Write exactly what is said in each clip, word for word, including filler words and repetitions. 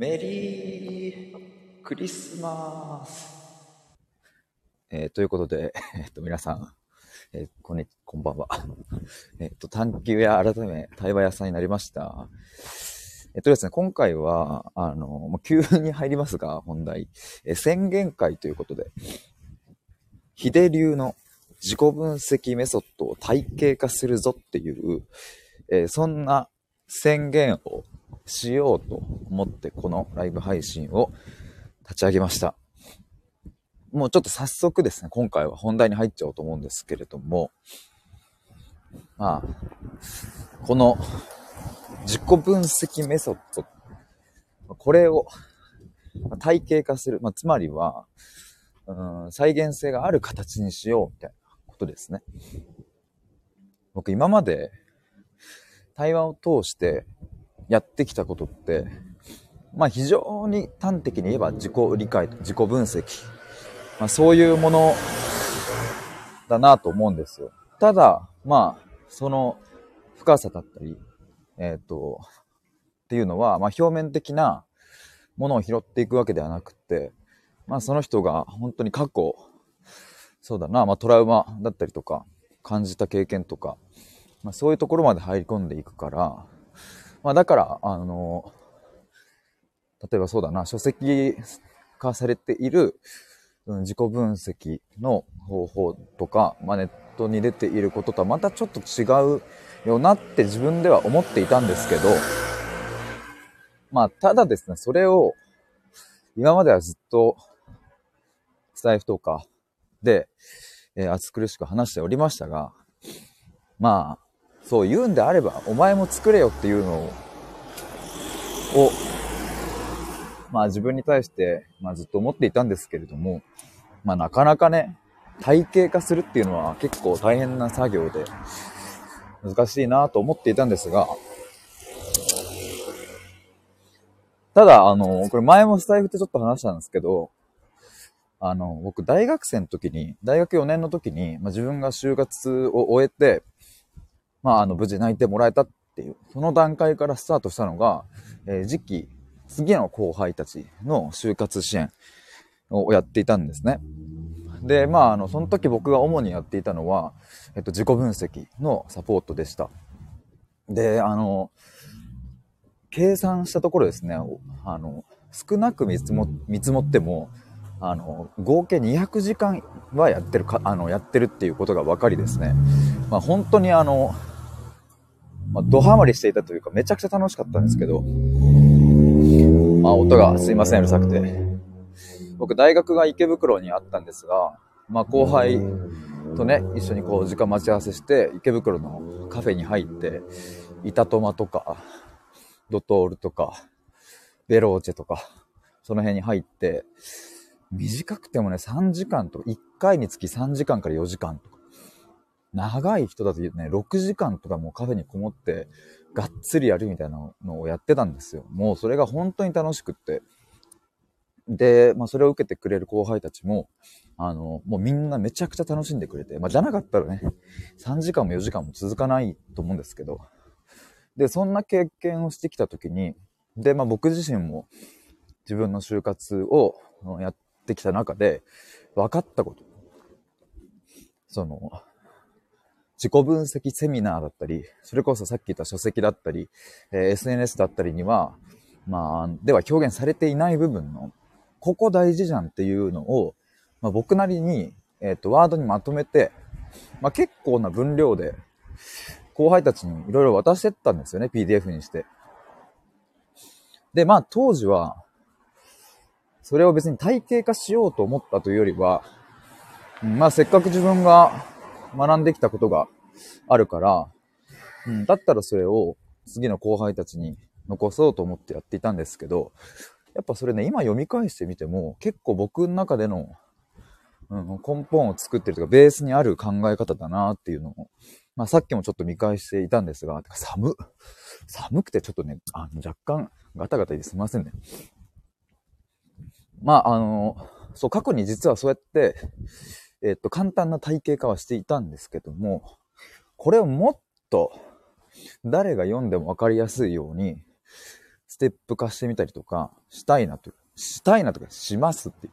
メリークリスマス、えー、ということで、えっと、皆さん、えー、こんに、こんばんは。えっと、探求や改め、対話屋さんになりました。えっとですね、今回は、あの、もう急に入りますが、本題、えー宣言会ということで、ヒデ流の自己分析メソッドを体系化するぞっていう、えーそんな宣言をしようと思ってこのライブ配信を立ち上げました。もうちょっと早速ですね、今回は本題に入っちゃおうと思うんですけれども、まあ、この自己分析メソッド、これを体系化する、まあ、つまりは、うん、再現性がある形にしようみたいなことですね。僕今まで対話を通してやってきたことって、まあ非常に端的に言えば自己理解、自己分析、まあそういうものだなと思うんですよ。ただ、まあ、その深さだったり、えっと、っていうのは、まあ表面的なものを拾っていくわけではなくて、まあその人が本当に過去、そうだな、まあトラウマだったりとか、感じた経験とか、まあそういうところまで入り込んでいくから、まあだから、あの、例えばそうだな、書籍化されている、うん、自己分析の方法とか、まあ、ネットに出ていることとはまたちょっと違うよなって自分では思っていたんですけど、まあただですね、それを今まではずっとスタイフとかで、えー、暑苦しく話しておりましたが、まあそう言うんであればお前も作れよっていうのををまあ自分に対して、まあ、ずっと思っていたんですけれども、まあなかなかね、体系化するっていうのは結構大変な作業で難しいなと思っていたんですが、ただ、あの、これ前もスタイフってちょっと話したんですけど、あの、僕大学生の時に、大学よねんの時に、まあ、自分が就活を終えて、まああの、無事内定もらえたっていう、その段階からスタートしたのが、えー次期、次の後輩たちの就活支援をやっていたんですね。で、まあ、あの、その時僕が主にやっていたのは、えっと、自己分析のサポートでした。で、あの、計算したところですね、あの、少なく見積も、見積もっても、あの、合計にひゃくじかんはやってるか、あの、やってるっていうことが分かりですね。まあ、本当にあの、まあ、ドハマりしていたというか、めちゃくちゃ楽しかったんですけど、まあ、音がすいません、うるさくて。僕、大学が池袋にあったんですが、まあ、後輩とね、一緒にこう、時間待ち合わせして、池袋のカフェに入って、板トマとか、ドトールとか、ベローチェとか、その辺に入って、短くてもね、さんじかんとか、いっかいにつきさんじかんからよじかんとか、長い人だとね、ろくじかんとかもうカフェにこもって、がっつりやるみたいなのをやってたんですよ。もうそれが本当に楽しくって。で、まあそれを受けてくれる後輩たちも、あの、もうみんなめちゃくちゃ楽しんでくれて、まあじゃなかったらね、さんじかんもよじかんも続かないと思うんですけど、で、そんな経験をしてきたときに、で、まあ僕自身も自分の就活をやってきた中で分かったこと。その、自己分析セミナーだったり、それこそさっき言った書籍だったり、えー エスエヌエス だったりには、まあ、では表現されていない部分の、ここ大事じゃんっていうのを、まあ僕なりに、えっと、ワードにまとめて、まあ結構な分量で、後輩たちにいろいろ渡してったんですよね、ピーディーエフ にして。で、まあ当時は、それを別に体系化しようと思ったというよりは、うんまあせっかく自分が学んできたことがあるから、うん、だったらそれを次の後輩たちに残そうと思ってやっていたんですけど、やっぱそれね、今読み返してみても、結構僕の中での、うん、根本を作ってるというか、ベースにある考え方だなっていうのを、まあさっきもちょっと見返していたんですが、寒、寒くてちょっとね、あの若干ガタガタですみませんね。まああの、そう、過去に実はそうやって、えっと、簡単な体系化はしていたんですけども、これをもっと誰が読んでも分かりやすいように、ステップ化してみたりとか、したいなと、したいなとか、しますっていう。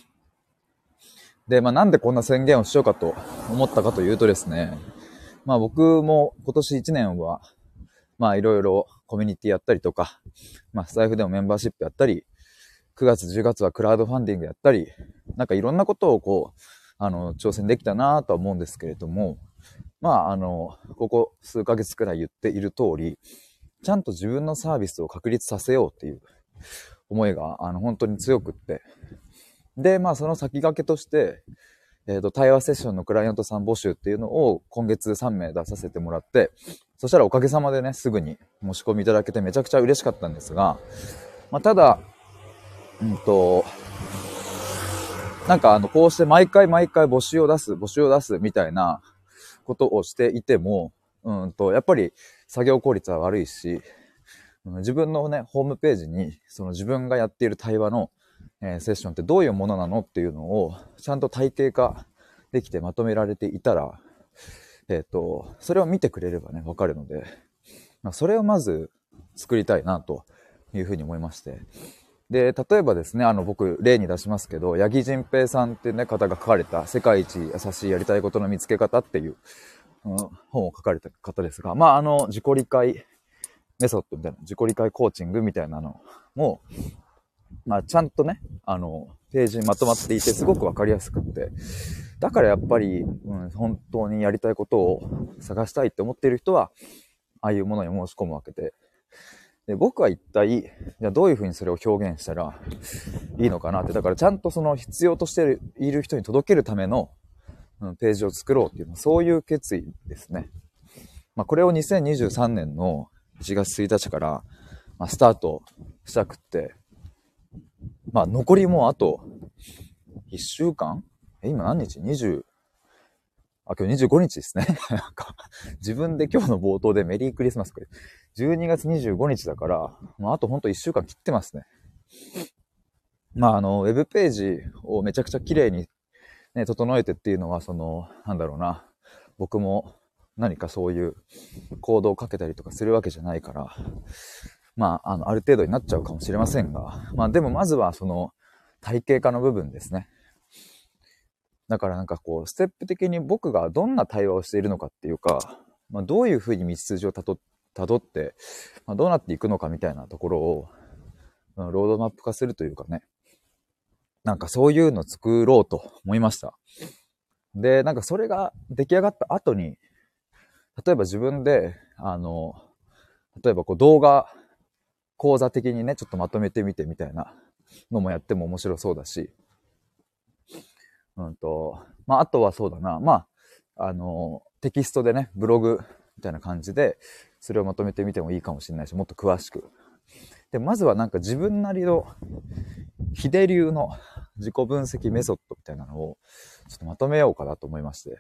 で、まあなんでこんな宣言をしようかと思ったかというとですね、まあ僕も今年いちねんは、まあいろいろコミュニティやったりとか、まあスタイフでもメンバーシップやったり、くがつじゅうがつはクラウドファンディングやったり、なんかいろんなことをこう、あの、挑戦できたなとは思うんですけれども、まああの、ここ数ヶ月くらい言っている通り、ちゃんと自分のサービスを確立させようっていう思いが、あの、本当に強くって。で、まあその先駆けとして、えっと、対話セッションのクライアントさん募集っていうのを今月さんめい出させてもらって、そしたらおかげさまでね、すぐに申し込みいただけてめちゃくちゃ嬉しかったんですが、まあただ、うんと、なんかあの、こうして毎回毎回募集を出す、募集を出すみたいなことをしていても、うんと、やっぱり作業効率は悪いし、自分のね、ホームページに、その自分がやっている対話の、えー、セッションってどういうものなのっていうのを、ちゃんと体系化できてまとめられていたら、えっと、それを見てくれればね、わかるので、まあ、それをまず作りたいなというふうに思いまして。で、例えばですね、あの、僕、例に出しますけど、八木仁平さんっていうね、方が書かれた、世界一優しいやりたいことの見つけ方っていう、うん、本を書かれた方ですが、まあ、あの、自己理解メソッドみたいな、自己理解コーチングみたいなのも、まあ、ちゃんとね、あの、ページにまとまっていて、すごくわかりやすくって、だからやっぱり、うん、本当にやりたいことを探したいって思っている人は、ああいうものに申し込むわけで、で、僕は一体、じゃあどういうふうにそれを表現したらいいのかなって、だからちゃんとその必要としている人に届けるための、うん、ページを作ろうっていうのは、そういう決意ですね。まあ、これをにせんにじゅうさんねんのいちがつついたちから、まあ、スタートしたくって、まあ、残りもうあといっしゅうかんえ、今何日 ?にじゅう、あ、今日にじゅうごにちですね。なんか、自分で今日の冒頭でメリークリスマスこれ。じゅうにがつにじゅうごにちだから、まあ、あとほんといっしゅうかん切ってますね。まあ、あの、ウェブページをめちゃくちゃ綺麗にね、整えてっていうのは、その、なんだろうな。僕も何かそういう行動をかけたりとかするわけじゃないから、まあ、あの、ある程度になっちゃうかもしれませんが、まあでもまずはその体系化の部分ですね。だからなんかこう、ステップ的に僕がどんな対話をしているのかっていうか、まあどういうふうに道筋をたど、たどって、まあ、どうなっていくのかみたいなところを、ロードマップ化するというかね、なんかそういうのを作ろうと思いました。で、なんかそれが出来上がった後に、例えば自分で、あの、例えばこう動画、講座的にね、ちょっとまとめてみてみたいなのもやっても面白そうだし、うんと、まあ、あとはそうだな、まあ、あの、テキストでね、ブログみたいな感じで、それをまとめてみてもいいかもしれないし、もっと詳しく。で、まずはなんか自分なりの、ヒデ流の自己分析メソッドみたいなのを、ちょっとまとめようかなと思いまして。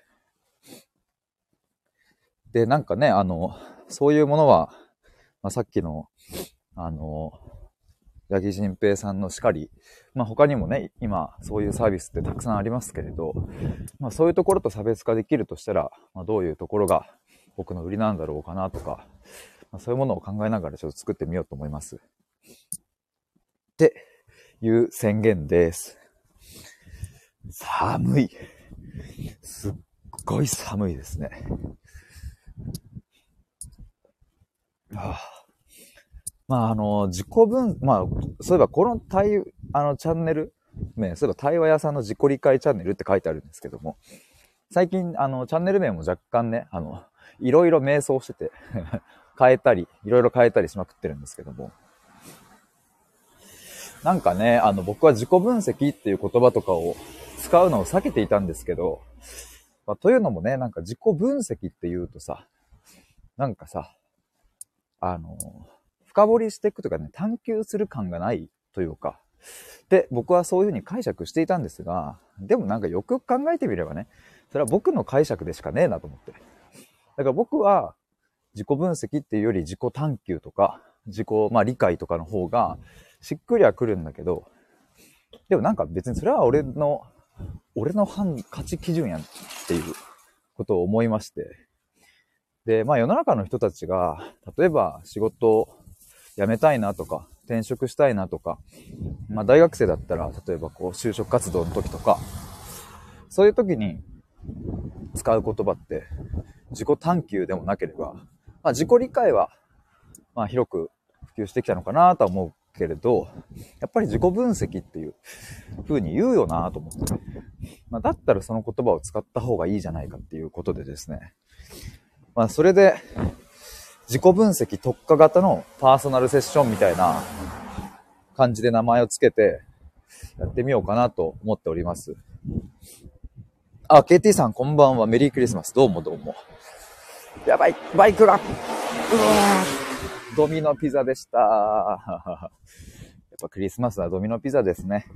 で、なんかね、あの、そういうものは、まあ、さっきの、あの、八木仁平さんのしかり、まあ他にもね、今そういうサービスってたくさんありますけれど、まあそういうところと差別化できるとしたら、まあ、どういうところが僕の売りなんだろうかなとか、まあ、そういうものを考えながらちょっと作ってみようと思います。っていう宣言です。寒い。すっごい寒いですね。はあ、まあ、あの、自己分、まあ、そういえばこの対、あの、チャンネル、ね、そういえば対話屋さんの自己理解チャンネルって書いてあるんですけども、最近、あの、チャンネル名も若干ね、あの、いろいろ迷走してて、変えたり、いろいろ変えたりしまくってるんですけども、なんかね、あの、僕は自己分析っていう言葉とかを使うのを避けていたんですけど、まあ、というのもね、なんか自己分析って言うとさ、なんかさ、あの、深掘りしていくとかね、探求する感がないというか、で、僕はそういうふうに解釈していたんですが、でもなんかよくよく考えてみればね、それは僕の解釈でしかねえなと思って。だから僕は自己分析っていうより自己探求とか、自己、まあ、理解とかの方がしっくりはくるんだけど、でもなんか別にそれは俺の、俺の判価値基準やんっていうことを思いまして。で、まあ世の中の人たちが、例えば仕事辞めたいなとか、転職したいなとか、まあ大学生だったら、例えばこう就職活動の時とか、そういう時に使う言葉って自己探求でもなければ、まあ自己理解はまあ広く普及してきたのかなとは思うけれど、やっぱり自己分析っていう風に言うよなと思って、まあだったらその言葉を使った方がいいじゃないかっていうことでですね、まあそれで自己分析特化型のパーソナルセッションみたいな感じで名前をつけてやってみようかなと思っております。あ、ケーティー さんこんばんは。メリークリスマス。どうもどうも。やばい、バイクが。うわー、ドミノピザでした。やっぱクリスマスはドミノピザですね。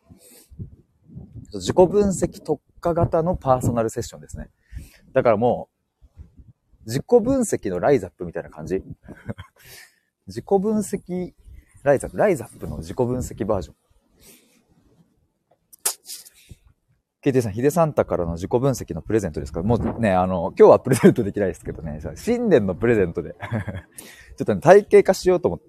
自己分析特化型のパーソナルセッションですね。だからもう、自己分析のライザップみたいな感じ。自己分析、ライザップ、ライザップの自己分析バージョン。ケーティー さん、ヒデサンタからの自己分析のプレゼントですか？もうね、あの、今日はプレゼントできないですけどね、新年のプレゼントで、ちょっとね、体系化しようと思って。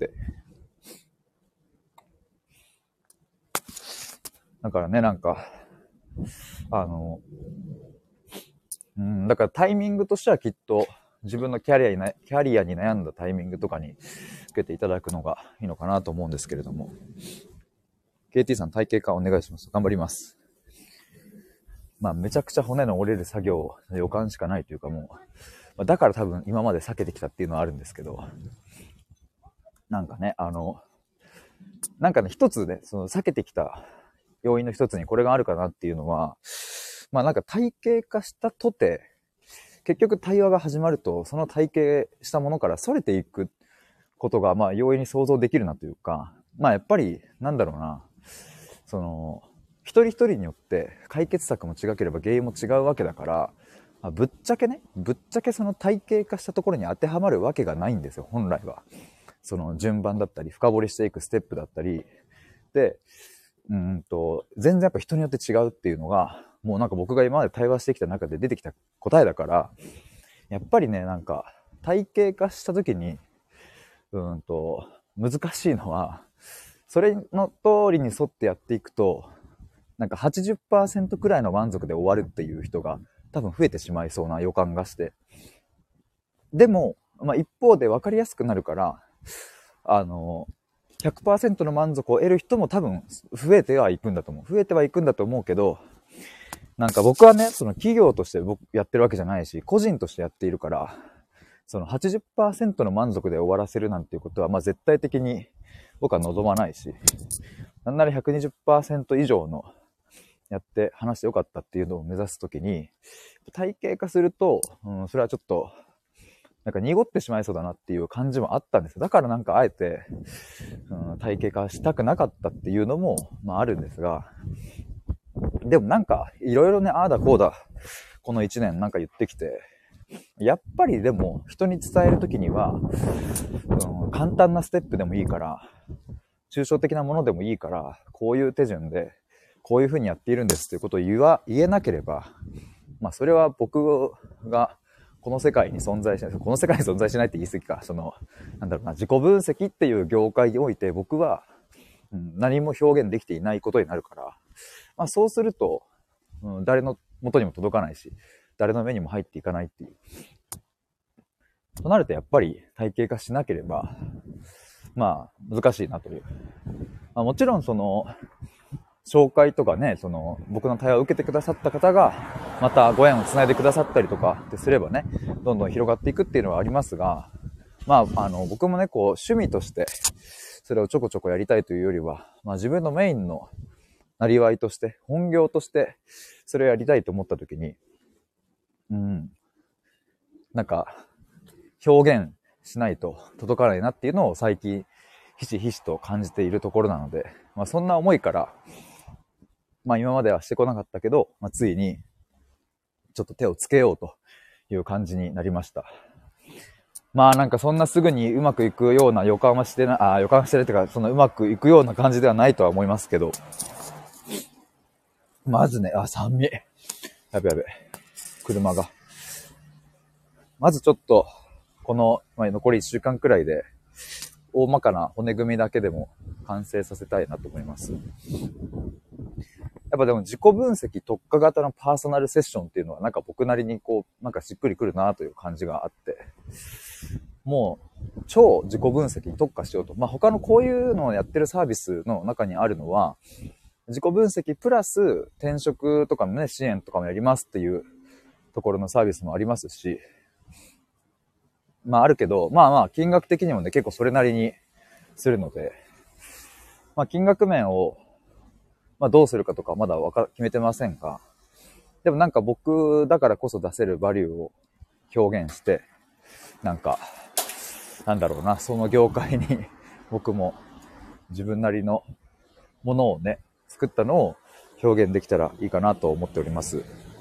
だからね、なんか、あの、うん、だからタイミングとしてはきっと、自分のキャリアにな、キャリアに悩んだタイミングとかにつけていただくのがいいのかなと思うんですけれども。ケーティー さん、体系化お願いします。頑張ります。まあ、めちゃくちゃ骨の折れる作業の予感しかないというかもう、まあ、だから多分今まで避けてきたっていうのはあるんですけど、なんかね、あの、なんかね、一つね、その避けてきた要因の一つにこれがあるかなっていうのは、まあなんか体系化したとて、結局対話が始まると、その体系したものから逸れていくことが、まあ容易に想像できるなというか、まあやっぱり、なんだろうな、その、一人一人によって解決策も違ければ原因も違うわけだから、まあ、ぶっちゃけね、ぶっちゃけその体系化したところに当てはまるわけがないんですよ、本来は。その順番だったり、深掘りしていくステップだったり、で、うんと、全然やっぱ人によって違うっていうのが、もうなんか僕が今まで対話してきた中で出てきた答えだから、やっぱりね、なんか体系化した時に、うんと、難しいのは、それの通りに沿ってやっていくと、なんか はちじゅっパーセント くらいの満足で終わるっていう人が多分増えてしまいそうな予感がして。でも、まあ一方で分かりやすくなるから、あの、ひゃくパーセント の満足を得る人も多分増えてはいくんだと思う。増えてはいくんだと思うけど、なんか僕はね、その企業として僕やってるわけじゃないし、個人としてやっているから、その はちじゅっパーセント の満足で終わらせるなんていうことは、まあ絶対的に僕は望まないし、なんなら ひゃくにじゅっパーセント 以上のやって話してよかったっていうのを目指すときに、体系化すると、うん、それはちょっと、なんか濁ってしまいそうだなっていう感じもあったんですよ。だからなんかあえて、うん、体系化したくなかったっていうのも、まああるんですが、でもなんか、いろいろね、ああだこうだ、この一年なんか言ってきて、やっぱりでも人に伝えるときには、うん、簡単なステップでもいいから、抽象的なものでもいいから、こういう手順で、こういうふうにやっているんですということを言わ、言えなければ、まあそれは僕がこの世界に存在しない、この世界に存在しないって言い過ぎか、その、なんだろうな、自己分析っていう業界において僕は、うん、何も表現できていないことになるから、まあそうすると、うん、誰の元にも届かないし、誰の目にも入っていかないっていう。となるとやっぱり体系化しなければ、まあ難しいなという。まあ、もちろんその、紹介とかね、その、僕の対話を受けてくださった方が、またご縁をつないでくださったりとかってすればね、どんどん広がっていくっていうのはありますが、まあ、あの、僕もね、こう、趣味として、それをちょこちょこやりたいというよりは、まあ自分のメインのなりわいとして、本業として、それをやりたいと思った時に、うん、なんか、表現しないと届かないなっていうのを最近、ひしひしと感じているところなので、まあそんな思いから、まあ今まではしてこなかったけど、まあついに、ちょっと手をつけようという感じになりました。まあなんかそんなすぐにうまくいくような予感はしてな、あ、予感はしてないというか、そのうまくいくような感じではないとは思いますけど、まずね、あ、寒い。やべやべ。車が。まずちょっと、この、まあ、残りいっしゅうかんくらいで、 大まかな骨組みだけでも完成させたいなと思います。やっぱでも自己分析特化型のパーソナルセッションっていうのはなんか僕なりにこう、なんかしっくりくるなという感じがあって、もう超自己分析に特化しようと。まあ他のこういうのをやってるサービスの中にあるのは、自己分析プラス転職とかのね、支援とかもやりますっていうところのサービスもありますし、まああるけど、まあまあ金額的にもね、結構それなりにするので、まあ金額面を、まあどうするかとかまだわか、決めてませんが、でもなんか僕だからこそ出せるバリューを表現して、なんか、なんだろうな、その業界に僕も自分なりのものをね、作ったのを表現できたらいいかなと思っております。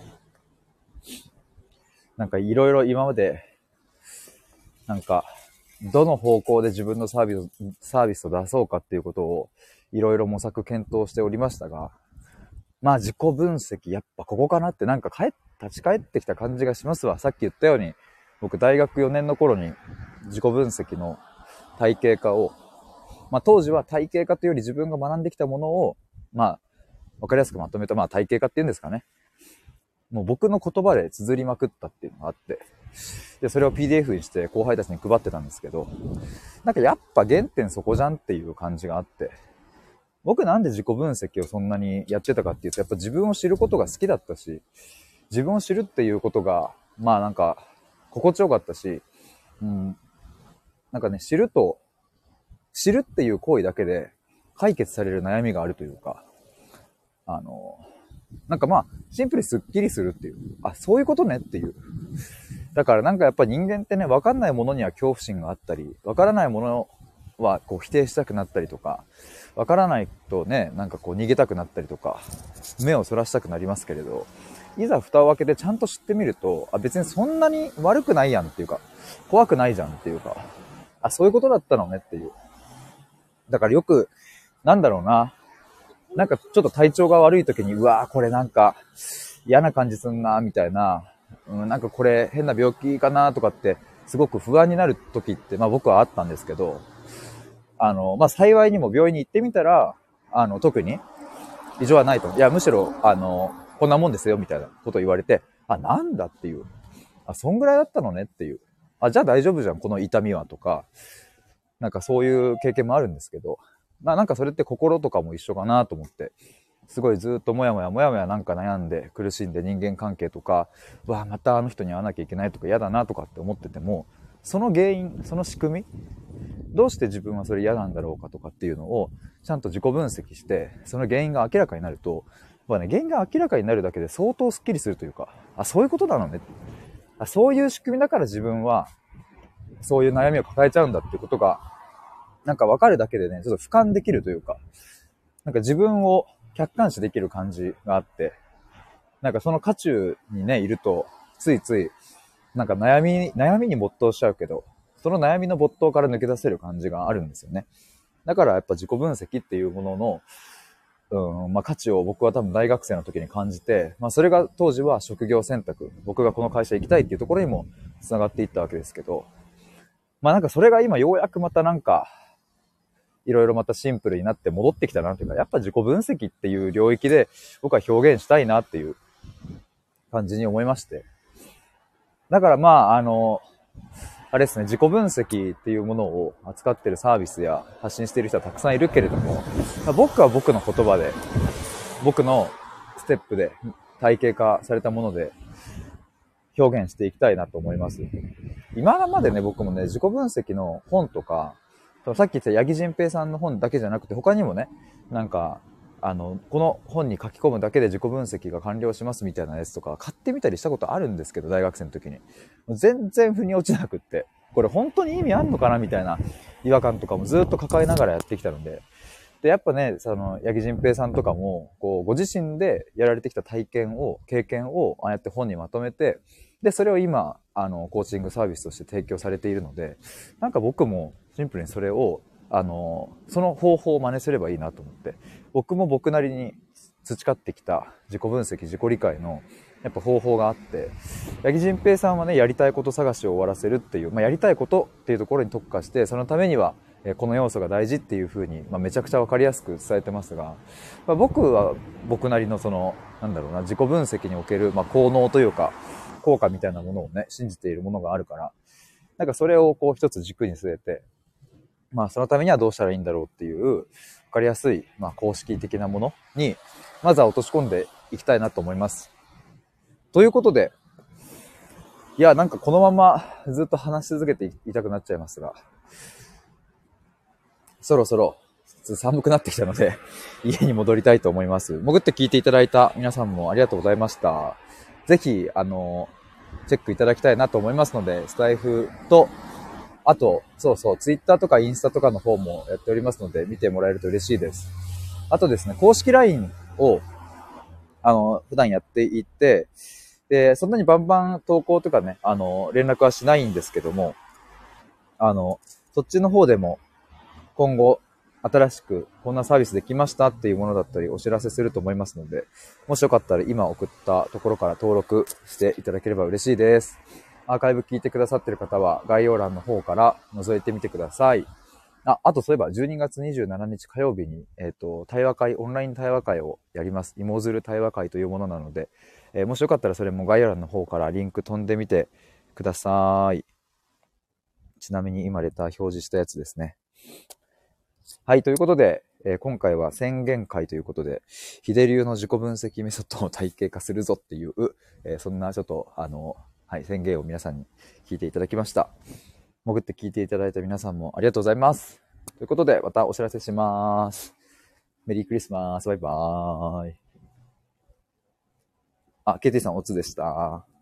なんかいろいろ今まで、なんか、どの方向で自分のサービス、サービスを出そうかっていうことをいろいろ模索検討しておりましたが、まあ自己分析、やっぱここかなってなんか帰っ、立ち返ってきた感じがしますわ。さっき言ったように、僕大学よねんの頃に自己分析の体系化を、まあ当時は体系化というより自分が学んできたものを、まあわかりやすくまとめた、まあ体系化っていうんですかね。もう僕の言葉で綴りまくったっていうのがあって、で、それを ピーディーエフ にして後輩たちに配ってたんですけど、なんかやっぱ原点そこじゃんっていう感じがあって、僕なんで自己分析をそんなにやってたかっていうと、やっぱ自分を知ることが好きだったし、自分を知るっていうことが、まあなんか、心地よかったし、うん、なんかね、知ると、知るっていう行為だけで解決される悩みがあるというか、あの、なんかまあ、シンプルにスッキリするっていう、あ、そういうことねっていう。だからなんかやっぱ人間ってね、わかんないものには恐怖心があったり、わからないものはこう否定したくなったりとか、わからないとね、なんかこう逃げたくなったりとか、目をそらしたくなりますけれど、いざ蓋を開けてちゃんと知ってみると、あ、別にそんなに悪くないやんっていうか、怖くないじゃんっていうか、あ、そういうことだったのねっていう。だからよく、なんだろうな、なんかちょっと体調が悪い時に、うわーこれなんか嫌な感じすんな、みたいな、うん、なんかこれ変な病気かなとかって、すごく不安になる時って、まあ僕はあったんですけど、あの、まあ幸いにも病院に行ってみたら、あの、特に異常はないと。いや、むしろ、あの、こんなもんですよ、みたいなことを言われて、あ、なんだっていう。あ、そんぐらいだったのねっていう。あ、じゃあ大丈夫じゃん、この痛みはとか、なんかそういう経験もあるんですけど、まあなんかそれって心とかも一緒かなと思って、すごいずっともやもやもやもやなんか悩んで苦しんで人間関係とか、わあまたあの人に会わなきゃいけないとか嫌だなとかって思ってても、その原因、その仕組み、どうして自分はそれ嫌なんだろうかとかっていうのをちゃんと自己分析して、その原因が明らかになると、まあね、原因が明らかになるだけで相当スッキリするというか、あ、そういうことなのね。あ、そういう仕組みだから自分はそういう悩みを抱えちゃうんだっていうことが、なんか分かるだけでね、ちょっと俯瞰できるというか、なんか自分を客観視できる感じがあって、なんかその渦中にね、いると、ついつい、なんか悩み、悩みに没頭しちゃうけど、その悩みの没頭から抜け出せる感じがあるんですよね。だからやっぱ自己分析っていうものの、うん、まあ価値を僕は多分大学生の時に感じて、まあそれが当時は職業選択、僕がこの会社行きたいっていうところにも繋がっていったわけですけど、まあなんかそれが今ようやくまたなんか、いろいろまたシンプルになって戻ってきたなというか、やっぱ自己分析っていう領域で僕は表現したいなっていう感じに思いまして。だからまあ、あの、あれですね、自己分析っていうものを扱っているサービスや発信している人はたくさんいるけれども、僕は僕の言葉で、僕のステップで体系化されたもので表現していきたいなと思います。今までね、僕もね、自己分析の本とか、さっき言った八木仁平さんの本だけじゃなくて、他にもね、なんか、あの、この本に書き込むだけで自己分析が完了しますみたいなやつとか買ってみたりしたことあるんですけど、大学生の時に。全然腑に落ちなくって、これ本当に意味あんのかなみたいな違和感とかもずっと抱えながらやってきたので、で、やっぱね、その、八木仁平さんとかも、こう、ご自身でやられてきた体験を、経験を、ああやって本にまとめて、で、それを今、あの、コーチングサービスとして提供されているので、なんか僕もシンプルにそれを、あの、その方法を真似すればいいなと思って、僕も僕なりに培ってきた自己分析、自己理解のやっぱ方法があって、八木仁平さんはね、やりたいこと探しを終わらせるっていう、まあ、やりたいことっていうところに特化して、そのためには、えーこの要素が大事っていう風に、まあ、めちゃくちゃわかりやすく伝えてますが、まあ、僕は僕なりのその、なんだろうな、自己分析における、まあ、効能というか、効果みたいなものをね、信じているものがあるから、なんかそれをこう一つ軸に据えて、まあそのためにはどうしたらいいんだろうっていう、わかりやすい、まあ公式的なものに、まずは落とし込んでいきたいなと思います。ということで、いや、なんかこのままずっと話し続けていたくなっちゃいますが、そろそろ寒くなってきたので、家に戻りたいと思います。潜って聞いていただいた皆さんもありがとうございました。ぜひ、あの、チェックいただきたいなと思いますので、スタイフと、あと、そうそう、ツイッターとかインスタとかの方もやっておりますので、見てもらえると嬉しいです。あとですね、公式 ライン を、あの、普段やっていて、で、そんなにバンバン投稿とかね、あの、連絡はしないんですけども、あの、そっちの方でも、今後、新しくこんなサービスできましたっていうものだったりお知らせすると思いますので、もしよかったら今送ったところから登録していただければ嬉しいです。アーカイブ聞いてくださっている方は概要欄の方から覗いてみてください。あ、あとそういえばじゅうにがつにじゅうしちにち火曜日に、えっと、対話会、オンライン対話会をやります。芋づる対話会というものなので、えーもしよかったらそれも概要欄の方からリンク飛んでみてください。ちなみに今レター表示したやつですね。はい、ということで、えー今回は宣言会ということで、秀流の自己分析メソッドを体系化するぞっていう、えーそんなちょっと、あの、はい、宣言を皆さんに聞いていただきました。潜って聞いていただいた皆さんもありがとうございます。ということで、またお知らせします。メリークリスマス。バイバーイ。あ、ケイティさん、おつでした。